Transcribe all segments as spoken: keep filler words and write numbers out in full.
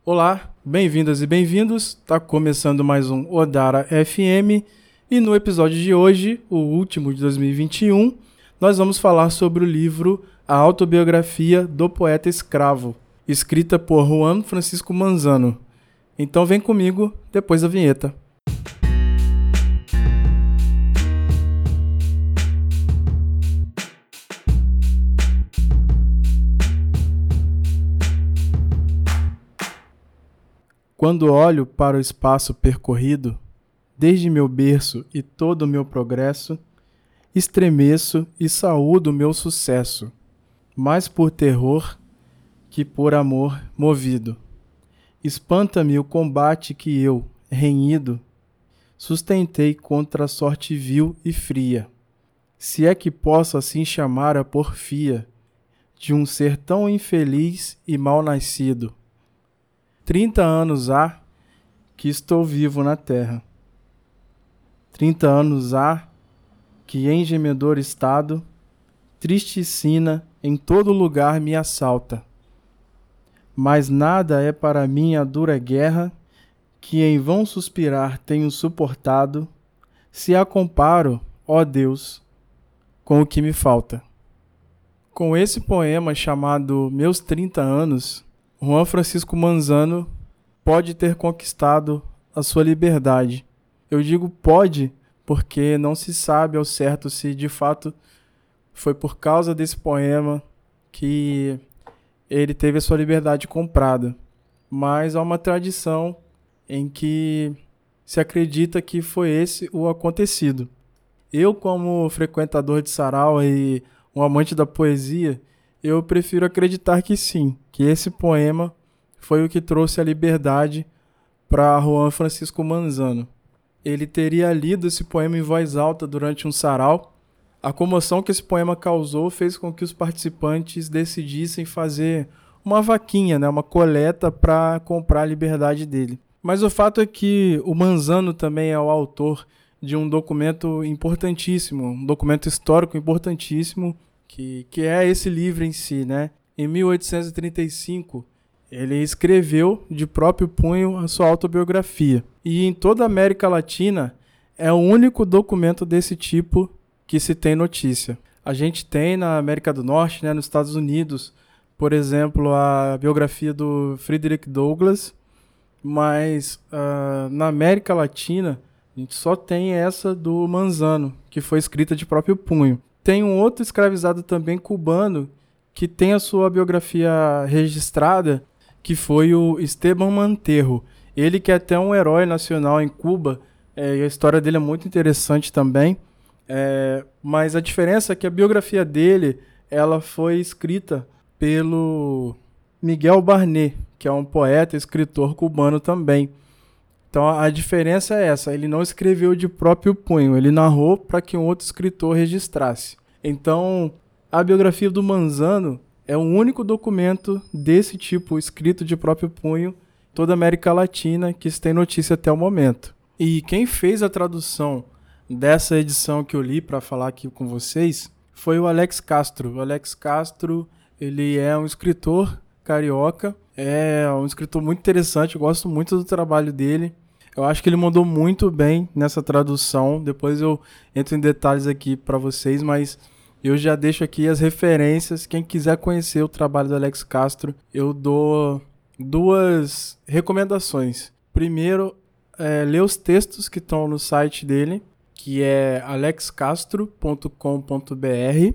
Olá, bem-vindas e bem-vindos. Tá começando mais um Odara F M e no episódio de hoje, o último de dois mil e vinte e um, nós vamos falar sobre o livro A Autobiografia do Poeta Escravo, escrita por Juan Francisco Manzano. Então vem comigo depois da vinheta. Quando olho para o espaço percorrido, desde meu berço e todo o meu progresso, estremeço e saúdo o meu sucesso, mais por terror que por amor movido. Espanta-me o combate que eu, renhido, sustentei contra a sorte vil e fria, se é que posso assim chamar a porfia de um ser tão infeliz e mal nascido. Trinta anos há que estou vivo na terra. Trinta anos há que em gemedor estado, triste sina em todo lugar me assalta. Mas nada é para mim a dura guerra que em vão suspirar tenho suportado, se a comparo, ó Deus, com o que me falta. Com esse poema chamado Meus trinta anos, Juan Francisco Manzano pode ter conquistado a sua liberdade. Eu digo pode porque não se sabe ao certo se de fato foi por causa desse poema que ele teve a sua liberdade comprada. Mas há uma tradição em que se acredita que foi esse o acontecido. Eu, como frequentador de sarau e um amante da poesia, eu prefiro acreditar que sim, que esse poema foi o que trouxe a liberdade para Juan Francisco Manzano. Ele teria lido esse poema em voz alta durante um sarau. A comoção que esse poema causou fez com que os participantes decidissem fazer uma vaquinha, né, uma coleta para comprar a liberdade dele. Mas o fato é que o Manzano também é o autor de um documento importantíssimo, um documento histórico importantíssimo, Que, que é esse livro em si, né? Em mil oitocentos e trinta e cinco, ele escreveu de próprio punho a sua autobiografia. E em toda a América Latina, é o único documento desse tipo que se tem notícia. A gente tem na América do Norte, né, nos Estados Unidos, por exemplo, a biografia do Frederick Douglass, mas uh, na América Latina, a gente só tem essa do Manzano, que foi escrita de próprio punho. Tem um outro escravizado também cubano que tem a sua biografia registrada, que foi o Esteban Manterro. Ele que é até um herói nacional em Cuba, é, e a história dele é muito interessante também. É, mas a diferença é que a biografia dele ela foi escrita pelo Miguel Barnet, que é um poeta e escritor cubano também. Então a diferença é essa, ele não escreveu de próprio punho, ele narrou para que um outro escritor registrasse. Então a biografia do Manzano é o único documento desse tipo escrito de próprio punho em toda a América Latina que se tem notícia até o momento. E quem fez a tradução dessa edição que eu li para falar aqui com vocês foi o Alex Castro. O Alex Castro ele é um escritor carioca, é um escritor muito interessante, eu gosto muito do trabalho dele. Eu acho que ele mandou muito bem nessa tradução. Depois eu entro em detalhes aqui para vocês, mas eu já deixo aqui as referências. Quem quiser conhecer o trabalho do Alex Castro, eu dou duas recomendações. Primeiro, é, ler os textos que estão no site dele, que é alex castro ponto com ponto b r.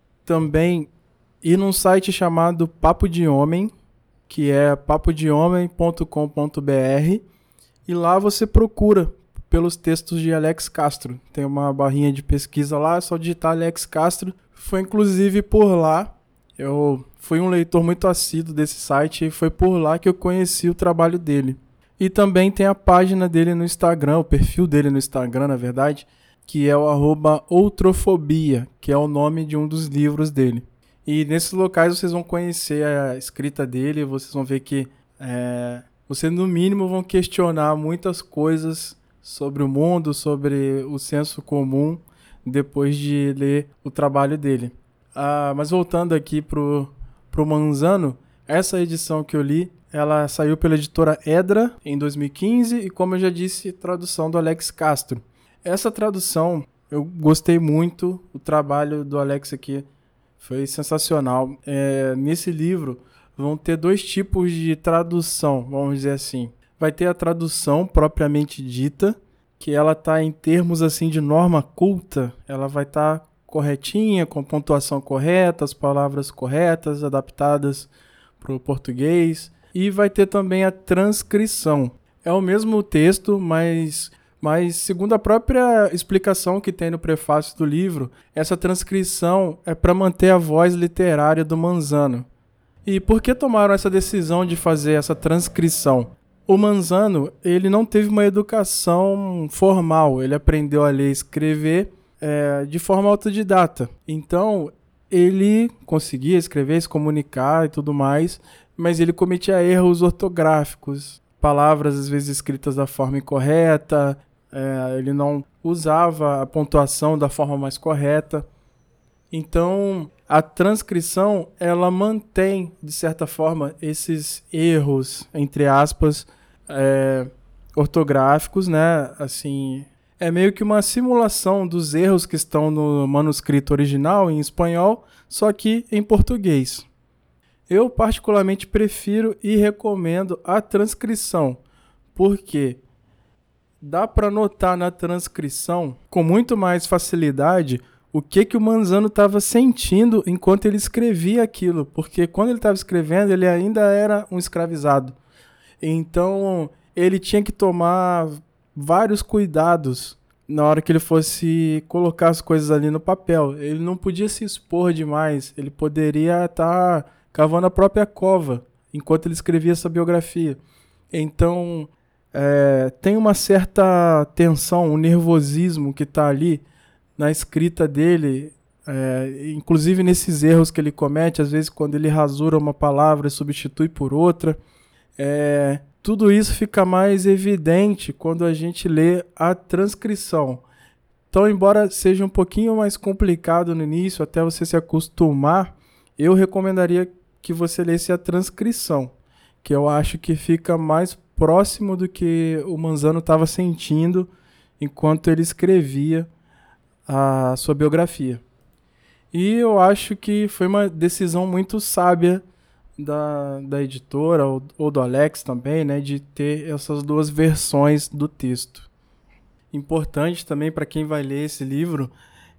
Também ir num site chamado Papo de Homem, que é papo de homem ponto com ponto b r, e lá você procura pelos textos de Alex Castro. Tem uma barrinha de pesquisa lá, é só digitar Alex Castro. Foi inclusive por lá, eu fui um leitor muito assíduo desse site e foi por lá que eu conheci o trabalho dele. E também tem a página dele no Instagram, o perfil dele no Instagram, na verdade, que é o arroba outrofobia, que é o nome de um dos livros dele. E nesses locais vocês vão conhecer a escrita dele, vocês vão ver que é, vocês no mínimo vão questionar muitas coisas sobre o mundo, sobre o senso comum, depois de ler o trabalho dele. Ah, mas voltando aqui pro, pro Manzano, essa edição que eu li ela saiu pela editora Edra em dois mil e quinze e, como eu já disse, tradução do Alex Castro. Essa tradução, eu gostei muito, o trabalho do Alex aqui foi sensacional. É, nesse livro vão ter dois tipos de tradução, vamos dizer assim. Vai ter a tradução propriamente dita, que ela está em termos assim de norma culta, ela vai estar tá corretinha, com pontuação correta, as palavras corretas, adaptadas para o português. E vai ter também a transcrição. É o mesmo texto, mas, mas segundo a própria explicação que tem no prefácio do livro, essa transcrição é para manter a voz literária do Manzano. E por que tomaram essa decisão de fazer essa transcrição? O Manzano, ele não teve uma educação formal, ele aprendeu a ler e escrever é, de forma autodidata. Então, ele conseguia escrever, se comunicar e tudo mais, mas ele cometia erros ortográficos, palavras às vezes escritas da forma incorreta, é, ele não usava a pontuação da forma mais correta. Então, a transcrição, ela mantém, de certa forma, esses erros, entre aspas, é, ortográficos, né? Assim, é meio que uma simulação dos erros que estão no manuscrito original em espanhol, só que em português. Eu particularmente prefiro e recomendo a transcrição, porque dá para notar na transcrição com muito mais facilidade o que, que o Manzano estava sentindo enquanto ele escrevia aquilo, porque quando ele estava escrevendo ele ainda era um escravizado. Então ele tinha que tomar vários cuidados na hora que ele fosse colocar as coisas ali no papel. Ele não podia se expor demais, ele poderia estar tá cavando a própria cova enquanto ele escrevia essa biografia. Então é, tem uma certa tensão, um nervosismo que está ali na escrita dele, é, inclusive nesses erros que ele comete, às vezes quando ele rasura uma palavra e substitui por outra. É, tudo isso fica mais evidente quando a gente lê a transcrição. Então, embora seja um pouquinho mais complicado no início, até você se acostumar, eu recomendaria que você lesse a transcrição, que eu acho que fica mais próximo do que o Manzano estava sentindo enquanto ele escrevia a sua biografia. E eu acho que foi uma decisão muito sábia da, da editora, ou, ou do Alex também, né, de ter essas duas versões do texto. Importante também para quem vai ler esse livro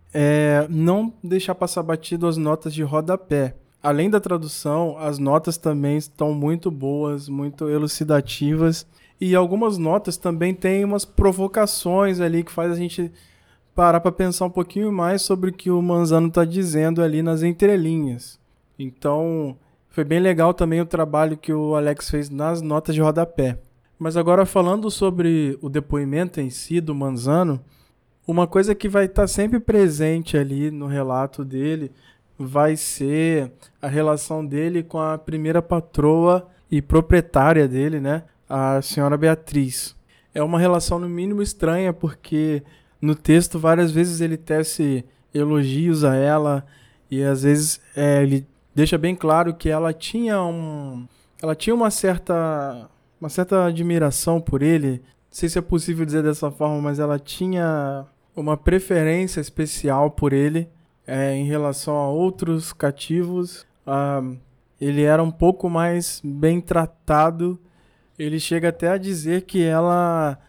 é não deixar passar batido as notas de rodapé. Além da tradução, as notas também estão muito boas, muito elucidativas, e algumas notas também têm umas provocações ali que faz a gente parar para pensar um pouquinho mais sobre o que o Manzano está dizendo ali nas entrelinhas. Então, foi bem legal também o trabalho que o Alex fez nas notas de rodapé. Mas agora falando sobre o depoimento em si do Manzano, uma coisa que vai estar sempre presente ali no relato dele vai ser a relação dele com a primeira patroa e proprietária dele, né? A senhora Beatriz. É uma relação no mínimo estranha, porque no texto várias vezes ele tece elogios a ela e às vezes é, ele deixa bem claro que ela tinha um, ela tinha uma certa, uma certa admiração por ele. Não sei se é possível dizer dessa forma, mas ela tinha uma preferência especial por ele é, em relação a outros cativos. Ah, ele era um pouco mais bem tratado. Ele chega até a dizer que ela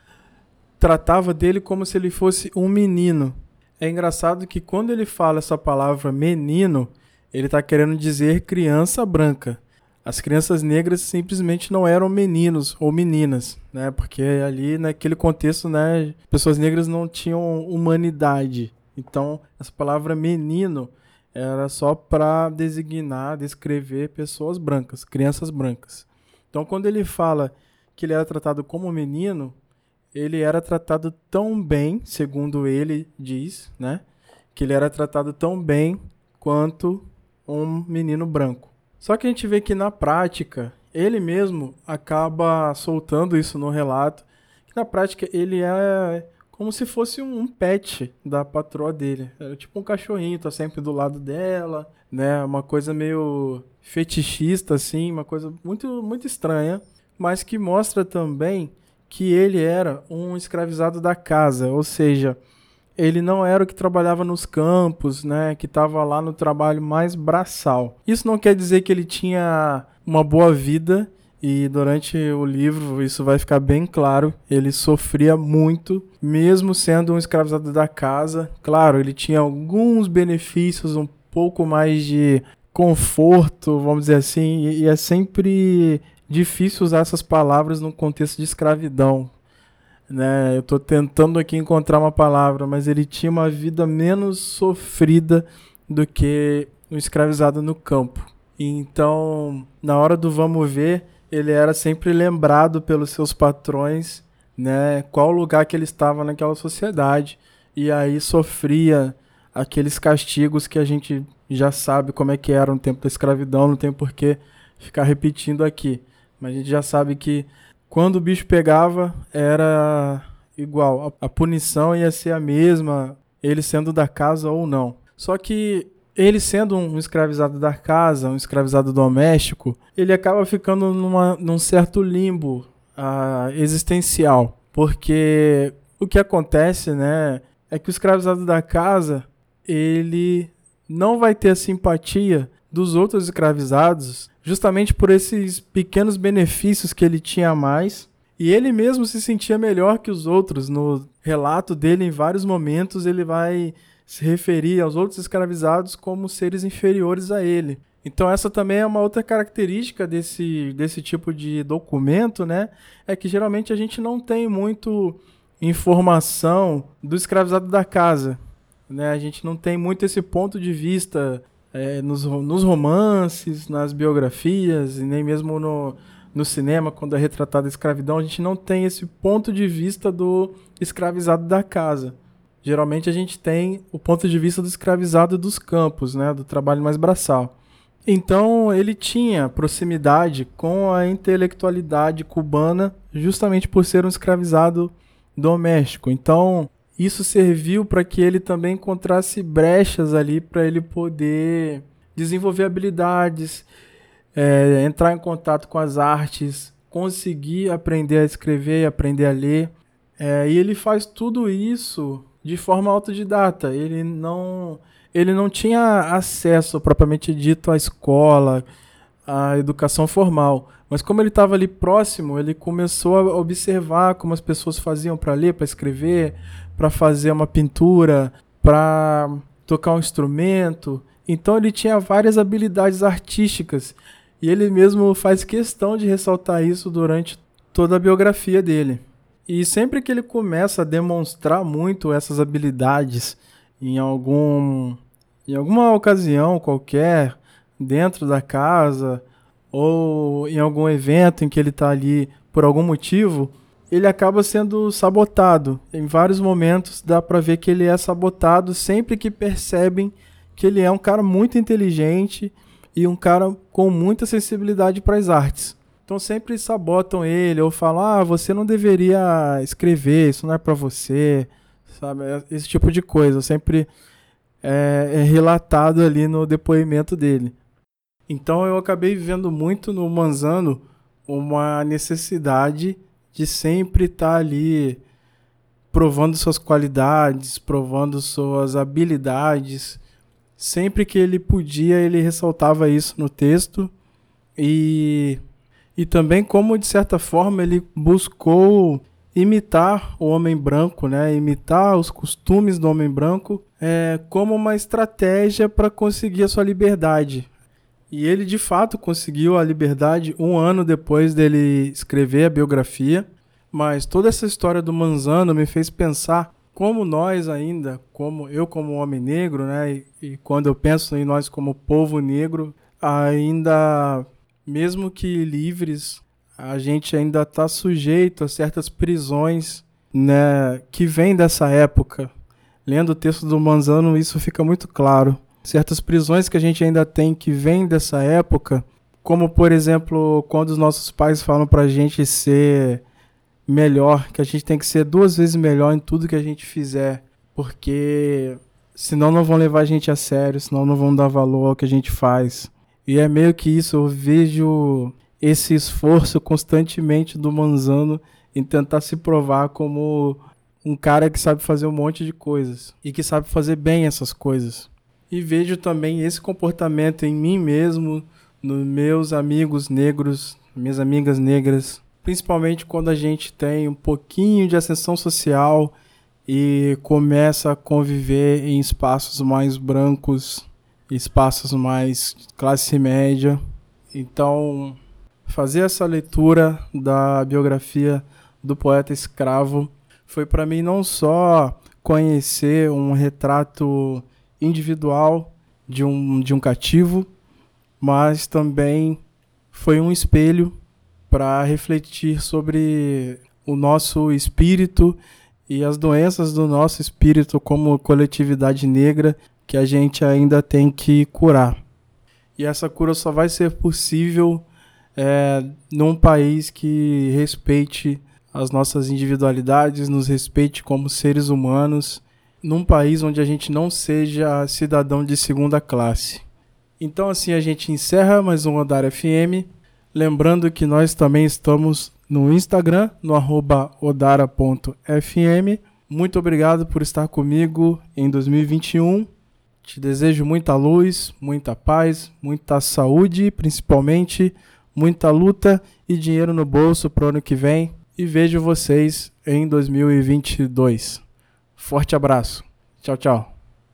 tratava dele como se ele fosse um menino. É engraçado que quando ele fala essa palavra menino, ele está querendo dizer criança branca. As crianças negras simplesmente não eram meninos ou meninas, né? Porque ali naquele contexto, né, pessoas negras não tinham humanidade. Então, essa palavra menino era só para designar, descrever pessoas brancas, crianças brancas. Então, quando ele fala que ele era tratado como menino, ele era tratado tão bem, segundo ele diz, né, que ele era tratado tão bem quanto um menino branco. Só que a gente vê que na prática, ele mesmo acaba soltando isso no relato, que na prática ele é como se fosse um pet da patroa dele. É tipo um cachorrinho, tá sempre do lado dela, né? Uma coisa meio fetichista, assim, uma coisa muito, muito estranha, mas que mostra também que ele era um escravizado da casa, ou seja, ele não era o que trabalhava nos campos, né, que estava lá no trabalho mais braçal. Isso não quer dizer que ele tinha uma boa vida, e durante o livro isso vai ficar bem claro. Ele sofria muito, mesmo sendo um escravizado da casa. Claro, ele tinha alguns benefícios, um pouco mais de conforto, vamos dizer assim, e é sempre difícil usar essas palavras num contexto de escravidão, né? Eu estou tentando aqui encontrar uma palavra, mas ele tinha uma vida menos sofrida do que um escravizado no campo. Então, na hora do vamos ver, ele era sempre lembrado pelos seus patrões, né, qual lugar que ele estava naquela sociedade, e aí sofria aqueles castigos que a gente já sabe como é que era no tempo da escravidão, não tem por que ficar repetindo aqui. Mas a gente já sabe que quando o bicho pegava, era igual. A punição ia ser a mesma, ele sendo da casa ou não. Só que ele sendo um escravizado da casa, um escravizado doméstico, ele acaba ficando numa, num certo limbo uh, existencial. Porque o que acontece, né, é que o escravizado da casa, ele não vai ter a simpatia dos outros escravizados, justamente por esses pequenos benefícios que ele tinha a mais, e ele mesmo se sentia melhor que os outros. No relato dele, em vários momentos, ele vai se referir aos outros escravizados como seres inferiores a ele. Então essa também é uma outra característica desse, desse tipo de documento, né? É que geralmente a gente não tem muito informação do escravizado da casa, né? A gente não tem muito esse ponto de vista é, nos, nos romances, nas biografias, e nem mesmo no, no cinema, quando é retratada a escravidão, a gente não tem esse ponto de vista do escravizado da casa. Geralmente a gente tem o ponto de vista do escravizado dos campos, né, do trabalho mais braçal. Então ele tinha proximidade com a intelectualidade cubana justamente por ser um escravizado doméstico. Então isso serviu para que ele também encontrasse brechas ali para ele poder desenvolver habilidades, é, entrar em contato com as artes, conseguir aprender a escrever, aprender a ler. É, e ele faz tudo isso de forma autodidata. Ele não, ele não tinha acesso, propriamente dito, à escola, à educação formal. Mas como ele estava ali próximo, ele começou a observar como as pessoas faziam para ler, para escrever, para fazer uma pintura, para tocar um instrumento. Então ele tinha várias habilidades artísticas. E ele mesmo faz questão de ressaltar isso durante toda a biografia dele. E sempre que ele começa a demonstrar muito essas habilidades em, algum, em alguma ocasião qualquer, dentro da casa, ou em algum evento em que ele está ali por algum motivo, ele acaba sendo sabotado. Em vários momentos dá para ver que ele é sabotado sempre que percebem que ele é um cara muito inteligente e um cara com muita sensibilidade para as artes. Então sempre sabotam ele, ou falam, ah, você não deveria escrever, isso não é pra você, sabe? Esse tipo de coisa, sempre é, é relatado ali no depoimento dele. Então eu acabei vendo muito no Manzano uma necessidade de sempre estar ali provando suas qualidades, provando suas habilidades. Sempre que ele podia, ele ressaltava isso no texto. E... E também como, de certa forma, ele buscou imitar o homem branco, né? Imitar os costumes do homem branco é, como uma estratégia para conseguir a sua liberdade. E ele, de fato, conseguiu a liberdade um ano depois dele escrever a biografia. Mas toda essa história do Manzano me fez pensar como nós ainda, como eu como homem negro, né? E, e quando eu penso em nós como povo negro, ainda... mesmo que livres, a gente ainda está sujeito a certas prisões, né, que vêm dessa época. Lendo o texto do Manzano, isso fica muito claro. Certas prisões que a gente ainda tem que vêm dessa época, como, por exemplo, quando os nossos pais falam para a gente ser melhor, que a gente tem que ser duas vezes melhor em tudo que a gente fizer, porque senão não vão levar a gente a sério, senão não vão dar valor ao que a gente faz. E é meio que isso, eu vejo esse esforço constantemente do Manzano em tentar se provar como um cara que sabe fazer um monte de coisas e que sabe fazer bem essas coisas. E vejo também esse comportamento em mim mesmo, nos meus amigos negros, minhas amigas negras, principalmente quando a gente tem um pouquinho de ascensão social e começa a conviver em espaços mais brancos, espaços mais classe média. Então, fazer essa leitura da biografia do poeta escravo foi para mim não só conhecer um retrato individual de um, de um cativo, mas também foi um espelho para refletir sobre o nosso espírito e as doenças do nosso espírito como coletividade negra que a gente ainda tem que curar. E essa cura só vai ser possível é, num país que respeite as nossas individualidades, nos respeite como seres humanos, num país onde a gente não seja cidadão de segunda classe. Então assim a gente encerra mais um Odara F M, lembrando que nós também estamos no Instagram, no arroba odara ponto f m. Muito obrigado por estar comigo em dois mil e vinte e um. Te desejo muita luz, muita paz, muita saúde, principalmente muita luta e dinheiro no bolso para o ano que vem. E vejo vocês em dois mil e vinte e dois. Forte abraço. Tchau, tchau.